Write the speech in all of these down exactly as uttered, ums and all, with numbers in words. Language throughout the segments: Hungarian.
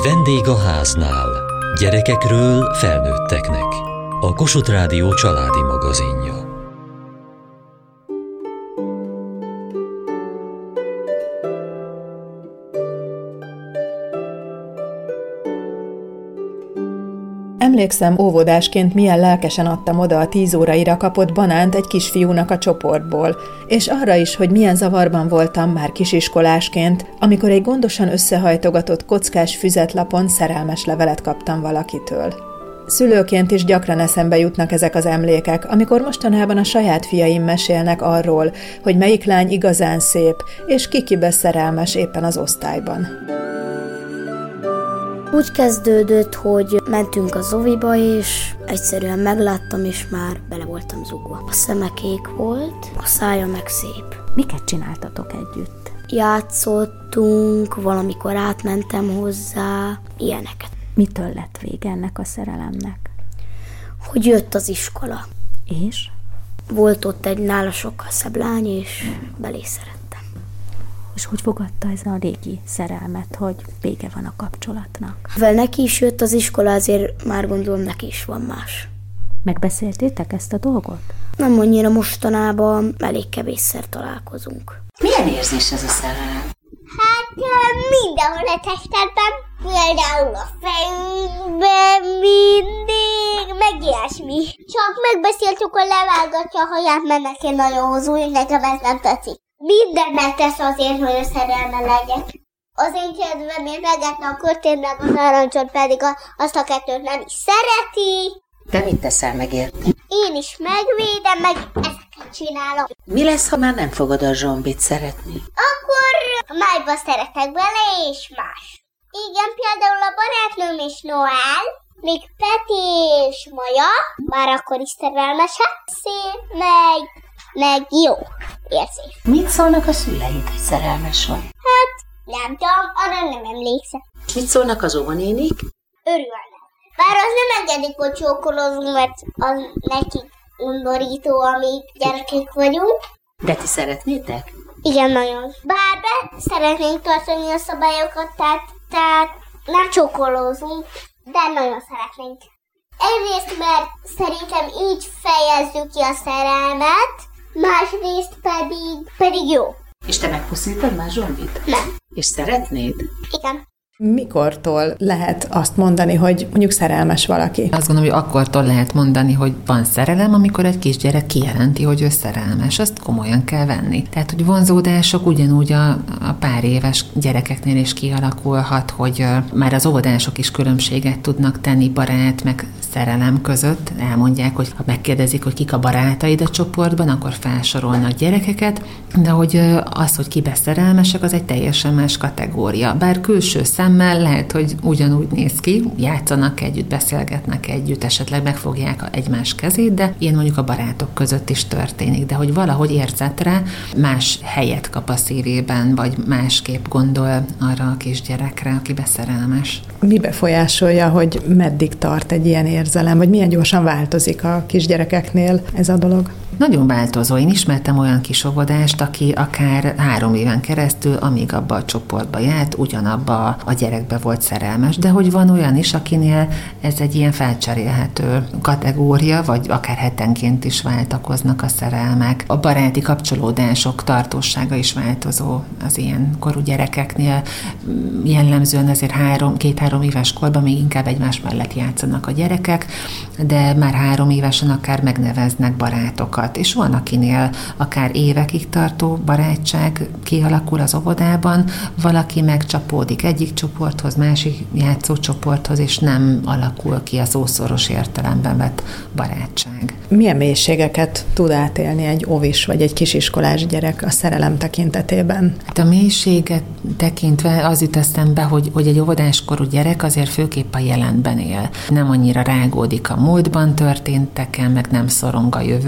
Vendég a háznál. Gyerekekről felnőtteknek. A Kossuth Rádió családi magazinja. Emlékszem, óvodásként milyen lelkesen adtam oda a tíz óraira kapott banánt egy kisfiúnak a csoportból, és arra is, hogy milyen zavarban voltam már kisiskolásként, amikor egy gondosan összehajtogatott kockás füzetlapon szerelmes levelet kaptam valakitől. Szülőként is gyakran eszembe jutnak ezek az emlékek, amikor mostanában a saját fiaim mesélnek arról, hogy melyik lány igazán szép, és kikibe szerelmes éppen az osztályban. Úgy kezdődött, hogy mentünk az oviba, és egyszerűen megláttam, és már bele voltam zugva. A szeme kék volt, a szája meg szép. Miket csináltatok együtt? Játszottunk, valamikor átmentem hozzá, ilyeneket. Mitől lett vége ennek a szerelemnek? Hogy jött az iskola. És? Volt ott egy nála sokkal szebb lány, és belé szerettem. És hogy fogadta ez a régi szerelmet, hogy vége van a kapcsolatnak? Mivel neki is jött az iskola, azért már gondolom neki is van más. Megbeszéltétek ezt a dolgot? Nem annyira mostanában, elég kevésszer találkozunk. Milyen érzés ez a szerelem? Hát mindenhol a testemben, például a fejünkben mindig, meg ilyesmi. Csak megbeszéltük, hogy levágatja a haját, mert neki nagyon hosszú, és nekem ez nem tetszik. Mindent megtesz azért, hogy a szerelme legyek. Az én kedvemért megetne a körtén, meg az narancsot, pedig a, azt a kettőt nem is szereti. Te mit teszel meg érte? Én is megvédem, meg ezeket csinálom. Mi lesz, ha már nem fogod a zsombit szeretni? Akkor májba szeretek bele, és más. Igen, például a barátnőm és Noel, még Peti és Maja, már akkor is szerelmesek, szép, meg, meg jó érzés. Mit szólnak a szüleid, hogy szerelmes vagy? Hát, nem tudom, arra nem emlékszem. Mit szólnak az óvonénik? Örülnek. Bár az nem engedik, hogy csókolózunk, mert az nekik undorító, amíg gyerekek vagyunk. De ti szeretnétek? Igen, nagyon. Bár be szeretnénk tartani a szabályokat, tehát, tehát nem csókolózunk, de nagyon szeretnénk. Egyrészt, mert szerintem így fejezzük ki a szerelmet, másrészt pedig, pedig jó. És te megpusztítod már zsombit? Nem. És szeretnéd? Igen. Mikortól lehet azt mondani, hogy mondjuk szerelmes valaki? Azt gondolom, hogy akkortól lehet mondani, hogy van szerelem, amikor egy kisgyerek kijelenti, hogy ő szerelmes. Azt komolyan kell venni. Tehát, hogy vonzódások ugyanúgy a, a pár éves gyerekeknél is kialakulhat, hogy már az óvodások is különbséget tudnak tenni barát meg szerelem között. Elmondják, hogy ha megkérdezik, hogy kik a barátaid a csoportban, akkor felsorolnak gyerekeket, de hogy az, hogy kibe szerelmesek, az egy teljesen más kategória. Bár külső szemmel lehet, hogy ugyanúgy néz ki, játszanak együtt, beszélgetnek együtt, esetleg megfogják egymás kezét, de ilyen mondjuk a barátok között is történik, de hogy valahogy érzetre más helyet kap a szívében, vagy másképp gondol arra a kisgyerekre, aki beszerelmes. Mi befolyásolja, hogy meddig tart egy ilyen érzelem, vagy milyen gyorsan változik a kisgyerekeknél ez a dolog? Nagyon változó. Én ismertem olyan kis óvodást, aki akár három éven keresztül, amíg abba a csoportba járt, ugyanabba a gyerekbe volt szerelmes, de hogy van olyan is, akinél ez egy ilyen felcserélhető kategória, vagy akár hetenként is váltakoznak a szerelmek. A baráti kapcsolódások tartósága is változó az ilyen korú gyerekeknél. Jellemzően azért három, két-három éves korban még inkább egymás mellett játszanak a gyerekek, de már három évesen akár megneveznek barátokat. És van, akinél akár évekig tartó barátság kialakul az óvodában, valaki megcsapódik egyik csoporthoz, másik játszócsoporthoz, és nem alakul ki a szószoros értelemben vett barátság. Milyen mélységeket tud átélni egy óvis vagy egy kisiskolás gyerek a szerelem tekintetében? Hát a mélységet tekintve az jut eszembe, hogy, hogy egy óvodáskorú gyerek azért főképp a jelenben él. Nem annyira rágódik a múltban történteken, meg nem szorong a jövőtől,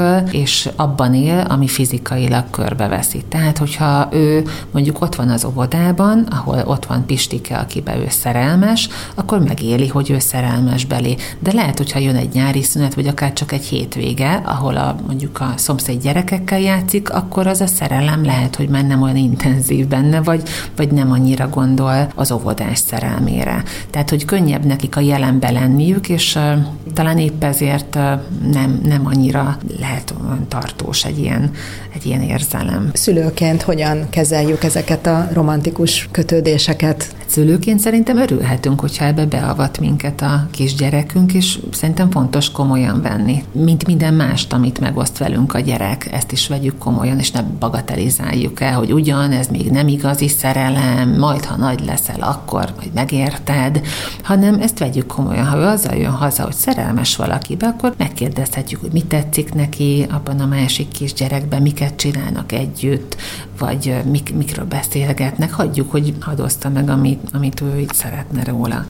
világból, és abban él, ami fizikailag körbeveszi. Tehát, hogyha ő mondjuk ott van az óvodában, ahol ott van Pistike, akiben ő szerelmes, akkor megéli, hogy ő szerelmes belé. De lehet, hogyha jön egy nyári szünet, vagy akár csak egy hétvége, ahol a, mondjuk a szomszéd gyerekekkel játszik, akkor az a szerelem lehet, hogy már nem olyan intenzív benne, vagy, vagy nem annyira gondol az óvodás szerelmére. Tehát, hogy könnyebb nekik a jelenbe lenniük, és uh, talán épp ezért uh, nem, nem annyira lehet olyan tartós egy ilyen, egy ilyen érzelem. Szülőként hogyan kezeljük ezeket a romantikus kötődéseket? Szülőként szerintem örülhetünk, hogyha ebbe beavat minket a kisgyerekünk, és szerintem fontos komolyan venni. Mint minden mást, amit megoszt velünk a gyerek, ezt is vegyük komolyan, és ne bagatelizáljuk el, hogy ugyan, ez még nem igazi szerelem, majd ha nagy leszel, akkor majd megérted, hanem ezt vegyük komolyan. Ha ő azzal jön haza, hogy szerelmes valakibe, akkor megkérdezhetjük, hogy mit tetszik neki abban a másik kisgyerekben, miket csinálnak együtt, vagy mik, mikről beszélgetnek, hagyjuk, hogy hadd oszta meg, amit, amit ő így szeretne róla.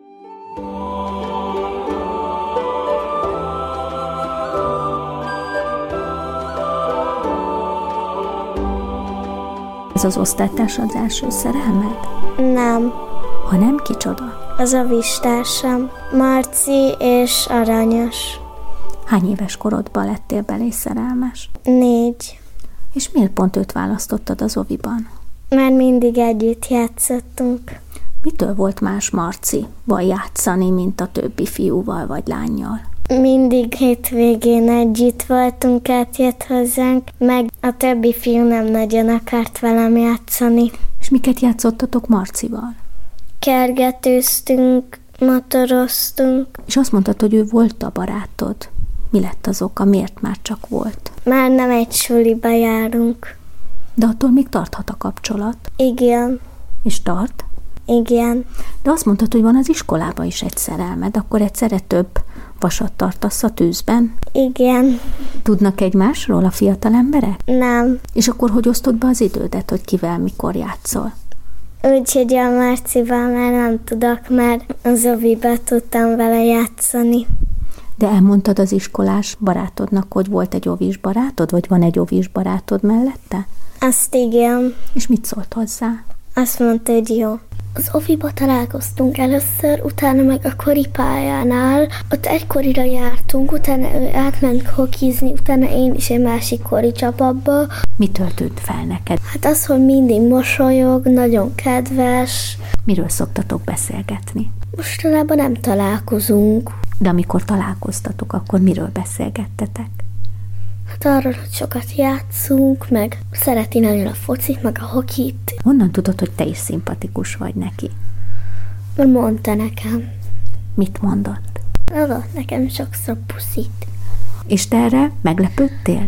Ez az osztálytársad az első szerelmed? Nem. Ha nem, kicsoda? Az a vistársam, Marci és Aranyos. Hány éves korodban lettél belé szerelmes? Négy. És miért pont őt választottad az oviban? Mert mindig együtt játszottunk. Mitől volt más Marcival játszani, mint a többi fiúval vagy lánnyal? Mindig hétvégén együtt voltunk, átjött hozzánk, meg a többi fiú nem nagyon akart velem játszani. És miket játszottatok Marcival? Kergetőztünk, motoroztunk. És azt mondtad, hogy ő volt a barátod. Mi lett az oka? Miért már csak volt? Már nem egy suliba járunk. De attól még tarthat a kapcsolat? Igen. És tart? Igen. De azt mondtad, hogy van az iskolában is egy szerelmed, akkor egyszerre több vasat tartasz a tűzben? Igen. Tudnak egymásról a fiatal emberek? Nem. És akkor hogy osztod be az idődet, hogy kivel mikor játszol? Úgyhogy a Marcival már nem tudok, mert az oviba tudtam vele játszani. De elmondtad az iskolás barátodnak, hogy volt egy ovis barátod, vagy van egy ovis barátod mellette? Azt igen. És mit szólt hozzá? Azt mondta, hogy jó. Az oviba találkoztunk először, utána meg a koripályánál, ott egykorira jártunk, utána ő átment hokizni, utána én is egy másik kori csapatba. Mitől tűnt fel neked? Hát az, hogy mindig mosolyog, nagyon kedves. Miről szoktatok beszélgetni? Mostanában nem találkozunk. De amikor találkoztatok, akkor miről beszélgettetek? Hát arról, hogy sokat játszunk, meg szereti nagyon a focit, meg a hokit. Honnan tudod, hogy te is szimpatikus vagy neki? Mert mondta nekem. Mit mondott? Adott nekem sokszor puszit. És te erre meglepődtél?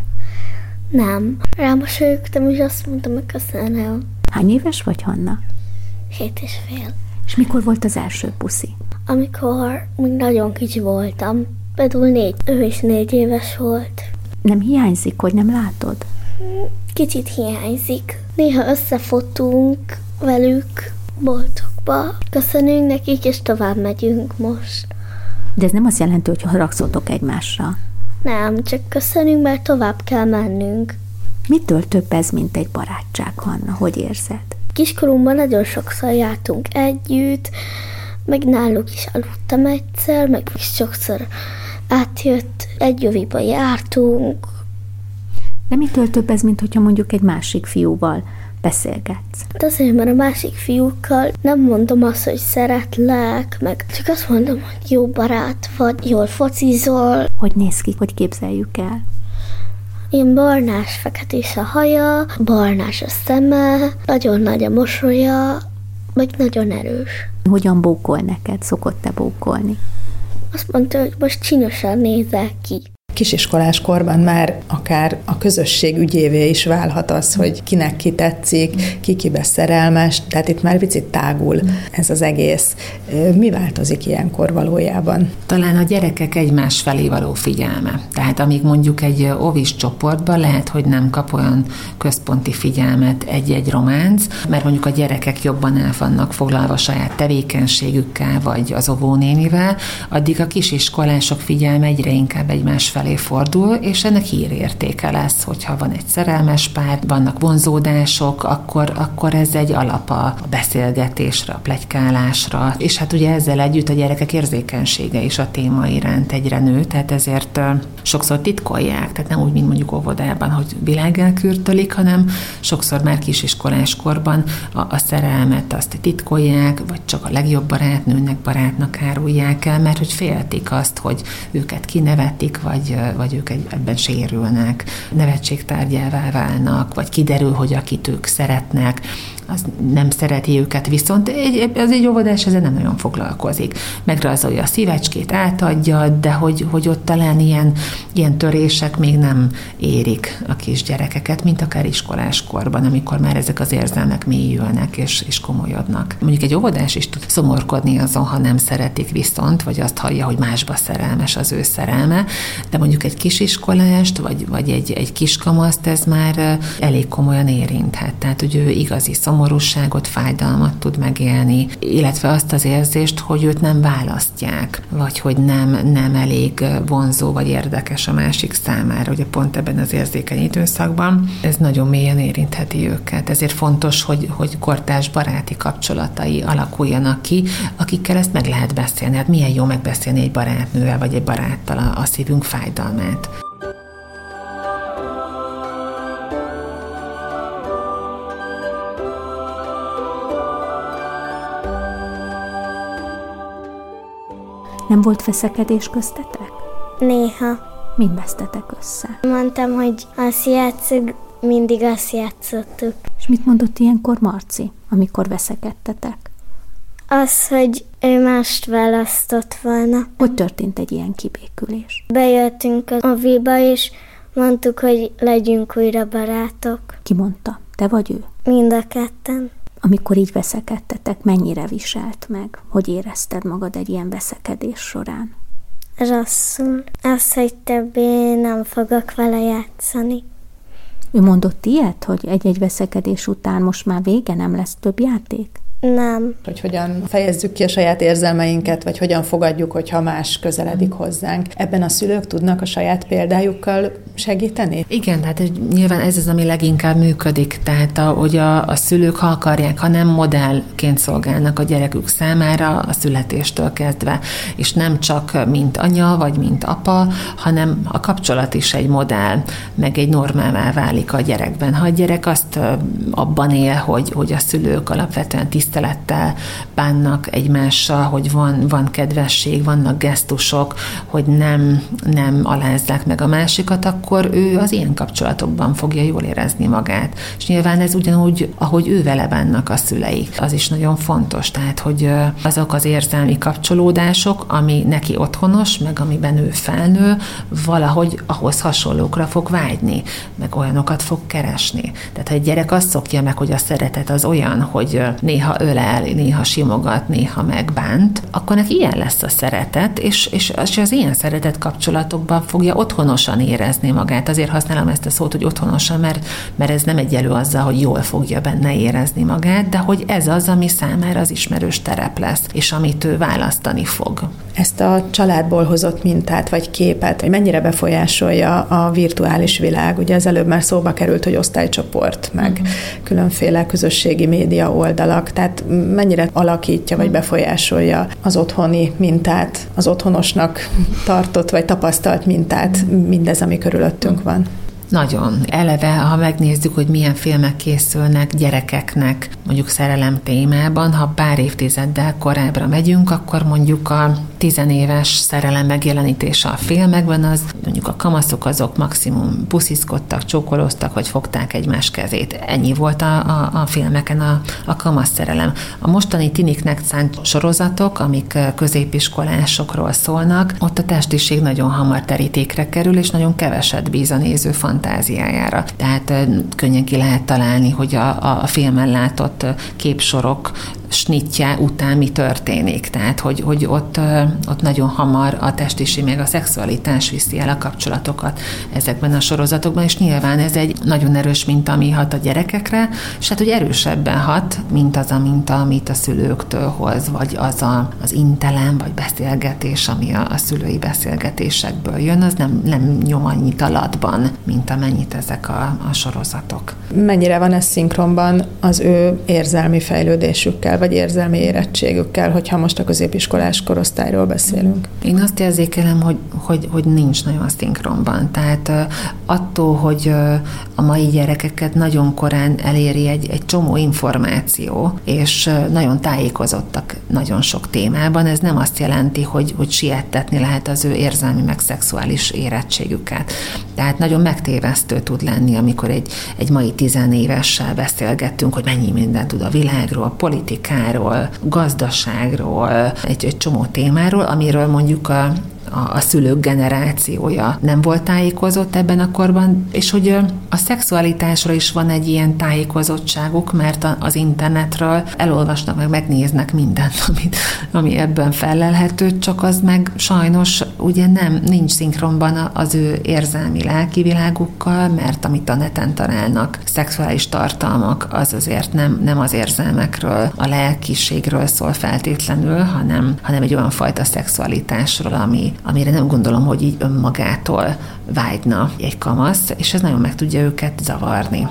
Nem. Rámosolyogtam, és azt mondtam, hogy köszönöm. Hány éves vagy, Hanna? Hét és fél. És mikor volt az első puszi? Amikor még nagyon kicsi voltam. Például négy, ő is négy éves volt. Nem hiányzik, hogy nem látod? Kicsit hiányzik. Néha összefotunk velük boltokba. Köszönünk nekik, és tovább megyünk most. De ez nem azt jelenti, hogy haragszotok egymásra. Nem, csak köszönünk, mert tovább kell mennünk. Mitől több ez, mint egy barátság, Hanna? Hogy érzed? Kiskorunkban nagyon sokszor jártunk együtt, meg náluk is aludtam egyszer, meg is sokszor átjött, egy oviba jártunk. De mitől több ez, mint hogyha mondjuk egy másik fiúval beszélgetsz? De azért, mert a másik fiúkkal nem mondom azt, hogy szeretlek, meg csak azt mondom, hogy jó barát vagy, jól focizol. Hogy néz ki, hogy képzeljük el? Ilyen barnás, feketés a haja, barnás a szeme, nagyon nagy a mosolya, meg nagyon erős. Hogyan bókol neked? Szokott-e bókolni? Azt mondta, hogy most csinosan nézel ki. Kisiskolás korban már akár a közösség ügyévé is válhat az, hogy kinek ki tetszik, ki kibe szerelmes, tehát itt már picit tágul ez az egész. Mi változik ilyenkor valójában? Talán a gyerekek egymás felé való figyelme. Tehát amíg mondjuk egy ovis csoportban lehet, hogy nem kap olyan központi figyelmet egy-egy románc, mert mondjuk a gyerekek jobban el vannak foglalva saját tevékenységükkel, vagy az óvónénivel, addig a kisiskolások figyelme egyre inkább egymás felé felé fordul, és ennek hírértéke lesz, hogyha van egy szerelmes pár, vannak vonzódások, akkor, akkor ez egy alap a beszélgetésre, a pletykálásra, és hát ugye ezzel együtt a gyerekek érzékenysége is a téma iránt egyre nő, tehát ezért sokszor titkolják, tehát nem úgy, mint mondjuk óvodában, hogy világelkürtölik, hanem sokszor már kisiskolás korban a, a szerelmet azt titkolják, vagy csak a legjobb barátnőnek, barátnak árulják el, mert hogy féltik azt, hogy őket kinevetik, vagy, vagy ők ebben sérülnek, nevetségtárgyává válnak, vagy kiderül, hogy akit ők szeretnek, az nem szereti őket, viszont egy, az egy óvodás ezzel nem nagyon foglalkozik. Megrajzolja a szívecskét, átadja, de hogy, hogy ott talán ilyen, ilyen törések még nem érik a kisgyerekeket, mint akár iskoláskorban, amikor már ezek az érzelmek mélyülnek és, és komolyodnak. Mondjuk egy óvodás is tud szomorkodni azon, ha nem szeretik viszont, vagy azt hallja, hogy másba szerelmes az ő szerelme, de mondjuk egy kisiskolást, vagy, vagy egy, egy kiskamaszt ez már elég komolyan érinthet. Tehát, hogy ő igazi szomorúságot, fájdalmat tud megélni, illetve azt az érzést, hogy őt nem választják, vagy hogy nem, nem elég vonzó vagy érdekes a másik számára, ugye pont ebben az érzékeny időszakban. Ez nagyon mélyen érintheti őket. Ezért fontos, hogy, hogy kortárs baráti kapcsolatai alakuljanak ki, akikkel ezt meg lehet beszélni. Hát milyen jó megbeszélni egy barátnővel, vagy egy baráttal a, a szívünk fájdalmát. Nem volt veszekedés köztetek? Néha. Mind vesztetek össze? Mondtam, hogy azt játszunk, mindig azt játszottuk. És mit mondott ilyenkor Marci, amikor veszekedtetek? Az, hogy ő mást választott volna. Hogy történt egy ilyen kibékülés? Bejöttünk a oviba, és mondtuk, hogy legyünk újra barátok. Ki mondta? Te vagy ő? Mind a ketten. Amikor így veszekedtetek, mennyire viselt meg? Hogy érezted magad egy ilyen veszekedés során? Rosszul. Az, hogy többé nem fogok vele játszani. Ő mondott ilyet, hogy egy-egy veszekedés után most már vége, nem lesz több játék? Nem. Hogy hogyan fejezzük ki a saját érzelmeinket, vagy hogyan fogadjuk, hogyha más közeledik hozzánk. Ebben a szülők tudnak a saját példájukkal segíteni? Igen, hát nyilván ez az, ami leginkább működik. Tehát, a, hogy a, a szülők, ha akarják, ha nem modellként szolgálnak a gyerekük számára a születéstől kezdve, és nem csak mint anya, vagy mint apa, hanem a kapcsolat is egy modell, meg egy normává válik a gyerekben. Ha a gyerek azt abban él, hogy, hogy a szülők alapvetően tisztelettel bánnak egymással, hogy van, van kedvesség, vannak gesztusok, hogy nem, nem alázzák meg a másikat, akkor ő az ilyen kapcsolatokban fogja jól érezni magát. És nyilván ez ugyanúgy, ahogy ő vele bánnak a szülei. Az is nagyon fontos, tehát, hogy azok az érzelmi kapcsolódások, ami neki otthonos, meg amiben ő felnő, valahogy ahhoz hasonlókra fog vágyni, meg olyanokat fog keresni. Tehát, ha egy gyerek azt szokja meg, hogy a szeretet az olyan, hogy néha ölel, néha simogat, néha megbánt, akkor neki ilyen lesz a szeretet, és, és az ilyen szeretet kapcsolatokban fogja otthonosan érezni magát. Azért használom ezt a szót, hogy otthonosan, mert, mert ez nem egyelő azzal, hogy jól fogja benne érezni magát, de hogy ez az, ami számára az ismerős terep lesz, és amit ő választani fog. Ezt a családból hozott mintát, vagy képet, hogy mennyire befolyásolja a virtuális világ. Ugye az előbb már szóba került, hogy osztálycsoport, meg uh-huh. különféle közösségi média oldalak, tehát mennyire alakítja, vagy befolyásolja az otthoni mintát, az otthonosnak tartott, vagy tapasztalt mintát, mindez, ami körülöttünk van. Nagyon. Eleve, ha megnézzük, hogy milyen filmek készülnek gyerekeknek, mondjuk szerelem témában, ha pár évtizeddel korábbra megyünk, akkor mondjuk a tizenéves szerelem megjelenítése a filmekben, az mondjuk a kamaszok azok maximum pusziszkodtak, csókoloztak, vagy fogták egymás kezét. Ennyi volt a, a, a filmeken a, a kamasz szerelem. A mostani tiniknek szánt sorozatok, amik középiskolásokról szólnak, ott a testiség nagyon hamar terítékre kerül, és nagyon keveset bíz a néző fantáziájára. Tehát könnyen ki lehet találni, hogy a, a filmen látott képsorok snitje után mi történik. Tehát, hogy, hogy ott, ott nagyon hamar a testiség meg a szexualitás viszi el a kapcsolatokat ezekben a sorozatokban, és nyilván ez egy nagyon erős minta, ami hat a gyerekekre, és hát, hogy erősebben hat, mint az a minta, amit a szülőktől hoz, vagy az a, az intelem, vagy beszélgetés, ami a, a szülői beszélgetésekből jön, az nem, nem nyom annyit alatban, mint amennyit ezek a, a sorozatok. Mennyire van ez szinkronban az ő érzelmi fejlődésükkel, vagy érzelmi érettségükkel, hogyha most a középiskolás korosztályról beszélünk? Én azt érzékelem, hogy, hogy, hogy nincs nagyon szinkronban. Tehát attól, hogy a mai gyerekeket nagyon korán eléri egy, egy csomó információ, és nagyon tájékozottak nagyon sok témában, ez nem azt jelenti, hogy, hogy siettetni lehet az ő érzelmi meg szexuális érettségüket. Tehát nagyon megtévesztő tud lenni, amikor egy, egy mai tizenévessel beszélgettünk, hogy mennyi mindent tud a világról, politikáról, gazdaságról, egy, egy csomó témáról, amiről mondjuk a a szülők generációja nem volt tájékozott ebben a korban, és hogy a szexualitásra is van egy ilyen tájékozottságuk, mert az internetről elolvasnak, meg megnéznek mindent, amit, ami ebben felelhető, csak az meg sajnos ugye nem, nincs szinkronban az ő érzelmi lelki világukkal, mert amit a neten találnak, szexuális tartalmak, az azért nem, nem az érzelmekről, a lelkiségről szól feltétlenül, hanem, hanem egy olyan fajta szexualitásról, ami amire nem gondolom, hogy így önmagától vágyna egy kamasz, és ez nagyon meg tudja őket zavarni.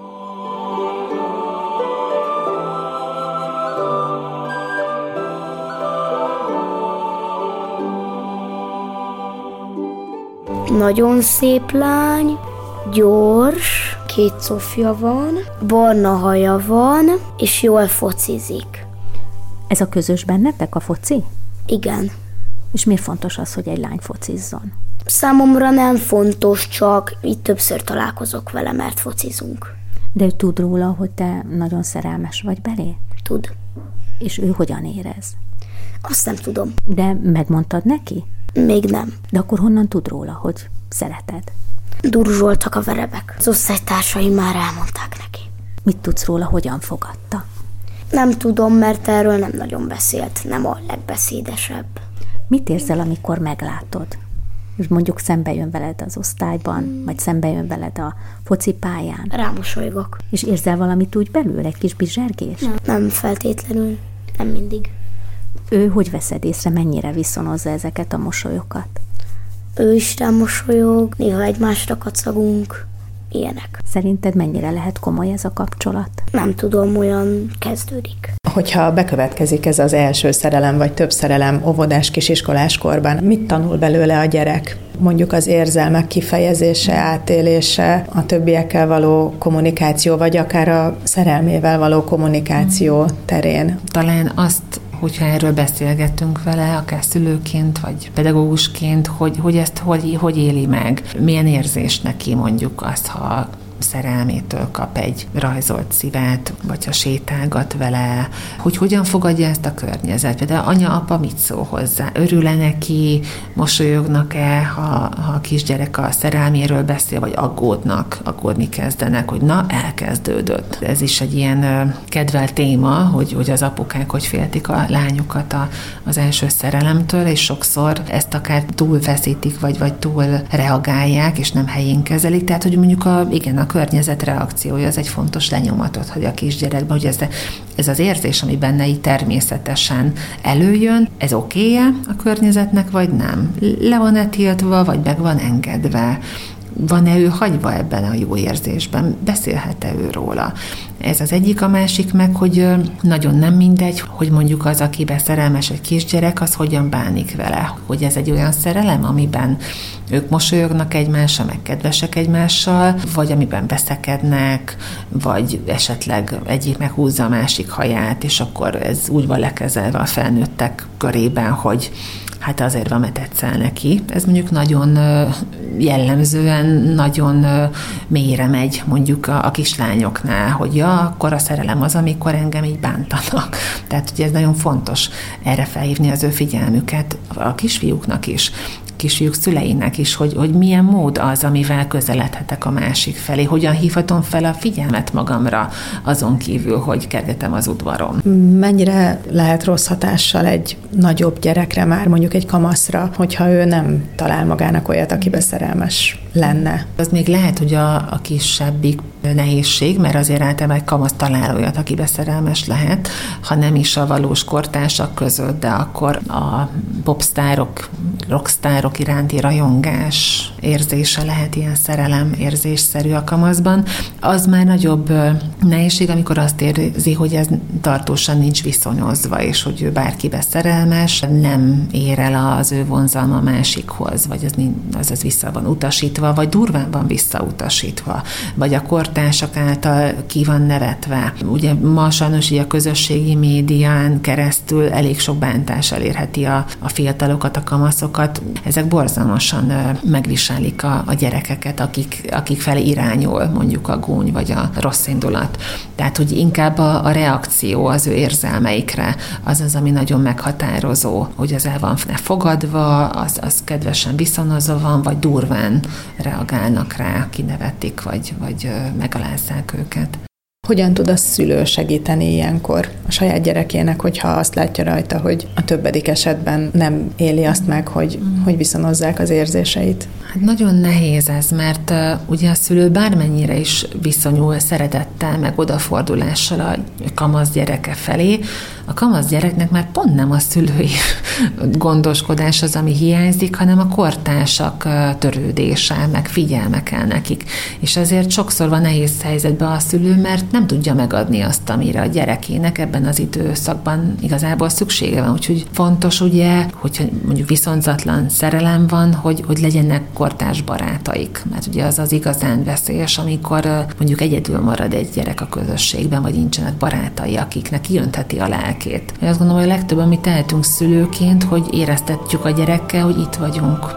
Nagyon szép lány, gyors, két Sofia van, barna haja van, és jól focizik. Ez a közös bennetek, a foci? Igen. És miért fontos az, hogy egy lány focizzon? Számomra nem fontos, csak így többször találkozok vele, mert focizunk. De ő tud róla, hogy te nagyon szerelmes vagy belé? Tud. És ő hogyan érez? Azt nem tudom. De megmondtad neki? Még nem. De akkor honnan tud róla, hogy szereted? Durzsoltak a verebek. Az osztálytársaim már elmondták neki. Mit tudsz róla, hogyan fogadta? Nem tudom, mert erről nem nagyon beszélt. Nem a legbeszédesebb. Mit érzel, amikor meglátod? És mondjuk szembe jön veled az osztályban, hmm. vagy szembe jön veled a focipályán? Rámosolygok. És érzel valamit úgy belül, egy kis bizsergés? Nem, nem feltétlenül, nem mindig. Ő hogy veszed észre, mennyire viszonozza ezeket a mosolyokat? Ő is rám mosolyog, néha egymásra kacagunk, ilyenek. Szerinted mennyire lehet komoly ez a kapcsolat? Nem tudom, olyan kezdődik. Hogyha bekövetkezik ez az első szerelem, vagy több szerelem óvodás kisiskolás korban, mit tanul belőle a gyerek? Mondjuk az érzelmek kifejezése, átélése, a többiekkel való kommunikáció, vagy akár a szerelmével való kommunikáció terén. Talán azt, hogyha erről beszélgetünk vele, akár szülőként, vagy pedagógusként, hogy, hogy ezt hogy, hogy éli meg, milyen érzés neki mondjuk azt, ha szerelmétől kap egy rajzolt szívet, vagy ha sétálgat vele, hogy hogyan fogadja ezt a környezet. De anya, apa mit szól hozzá? Örül-e neki? Mosolyognak-e, ha, ha a kisgyerek a szerelméről beszél, vagy aggódnak, aggódni kezdenek, hogy na, elkezdődött. Ez is egy ilyen kedvelt téma, hogy, hogy az apukák hogy féltik a lányukat a, az első szerelemtől, és sokszor ezt akár túlfeszítik, vagy, vagy túl reagálják, és nem helyén kezelik. Tehát, hogy mondjuk a, igen, a környezet reakciója, az egy fontos lenyomatot, hogy a kisgyerekben, hogy ez, ez az érzés, ami benne így természetesen előjön, ez oké-e a környezetnek, vagy nem? Le van-e tiltva, vagy meg van engedve? Van-e ő hagyva ebben a jó érzésben? Beszélhet-e ő róla? Ez az egyik, a másik meg, hogy nagyon nem mindegy, hogy mondjuk az, akiben szerelmes egy kisgyerek, az hogyan bánik vele. Hogy ez egy olyan szerelem, amiben ők mosolyognak egymással, meg kedvesek egymással, vagy amiben veszekednek, vagy esetleg egyik meghúzza a másik haját, és akkor ez úgy van lekezelve a felnőttek körében, hogy hát azért van, mert tetszel neki. Ez mondjuk nagyon jellemzően, nagyon mélyre megy mondjuk a, a kislányoknál, hogy ja, akkor a szerelem az, amikor engem így bántanak. Tehát ugye ez nagyon fontos erre felhívni az ő figyelmüket a kisfiúknak is. kisfiúk szüleinek is, hogy, hogy milyen mód az, amivel közeledhetek a másik felé, hogyan hívhatom fel a figyelmet magamra, azon kívül, hogy kergetem az udvaron. Mennyire lehet rossz hatással egy nagyobb gyerekre, már mondjuk egy kamaszra, hogyha ő nem talál magának olyat, akibe szerelmes lenne? Az még lehet, hogy a, a kisebbik nehézség, mert azért általában egy kamasz talál olyat, akibe szerelmes lehet, ha nem is a valós kortársak között, de akkor a popstárok, rockstárok iránti rajongás érzése lehet ilyen szerelem érzésszerű a kamaszban. Az már nagyobb nehézség, amikor azt érzi, hogy ez tartósan nincs viszonyozva, és hogy ő bárkibe szerelmes, nem ér el az ő vonzalma a másikhoz, vagy az, az, az vissza van utasítva, vagy durván van visszautasítva, vagy a kortársak által ki van nevetve. Ugye ma sajnos a közösségi médián keresztül elég sok bántás elérheti a, a fiatalokat, a kamaszokat. Ezek borzalmasan megviselik a, a gyerekeket, akik, akik felé irányul mondjuk a gúny vagy a rossz indulat. Tehát, hogy inkább a, a reakció az ő érzelmeikre az az, ami nagyon meghatározó, hogy az el van fogadva, az, az kedvesen viszonozva van, vagy durván reagálnak rá, kinevetik, vagy, vagy megalázzák őket. Hogyan tud a szülő segíteni ilyenkor a saját gyerekének, hogyha azt látja rajta, hogy a többedik esetben nem éli azt meg, hogy, mm. hogy viszonozzák az érzéseit? Hát nagyon nehéz ez, mert uh, ugye a szülő bármennyire is viszonyul szeretettel, meg odafordulással a kamasz gyereke felé, a kamasz gyereknek már pont nem a szülői gondoskodás az, ami hiányzik, hanem a kortársak uh, törődése, meg figyelme kell nekik. És ezért sokszor van nehéz helyzetben a szülő, mert nem tudja megadni azt, amire a gyerekének ebben az időszakban igazából szüksége van. Úgyhogy fontos ugye, hogyha mondjuk viszonzatlan szerelem van, hogy, hogy legyenek kortárs barátaik. Mert ugye az az igazán veszélyes, amikor mondjuk egyedül marad egy gyerek a közösségben, vagy nincsenek barátai, akiknek kijöntheti a lelkét. Én azt gondolom, hogy a legtöbb, amit tehetünk szülőként, hogy éreztetjük a gyerekkel, hogy itt vagyunk.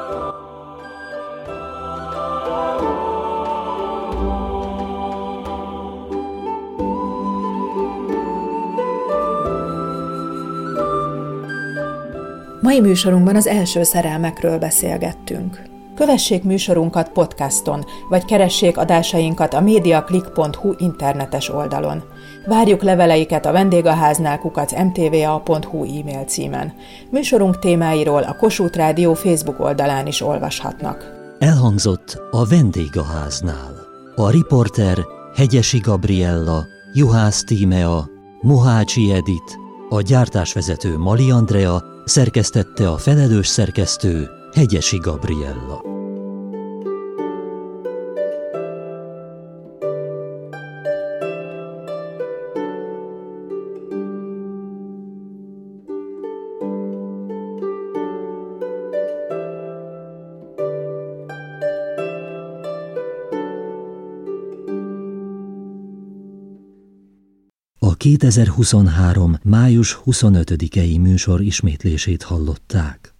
Mai műsorunkban az első szerelmekről beszélgettünk. Kövessék műsorunkat podcaston, vagy keressék adásainkat a mediaclick pont hu internetes oldalon. Várjuk leveleiket a vendégháznál kukac em té vé á pont hu e-mail címen. Műsorunk témáiról a Kossuth Rádió Facebook oldalán is olvashatnak. Elhangzott a vendégháznál. A riporter Hegyesi Gabriella, Juhász Tímea, Mohácsi Edit, a gyártásvezető Mali Andrea, szerkesztette a felelős szerkesztő Hegyesi Gabriella. A kétezer-huszonhárom. május huszonötödikei műsor ismétlését hallották.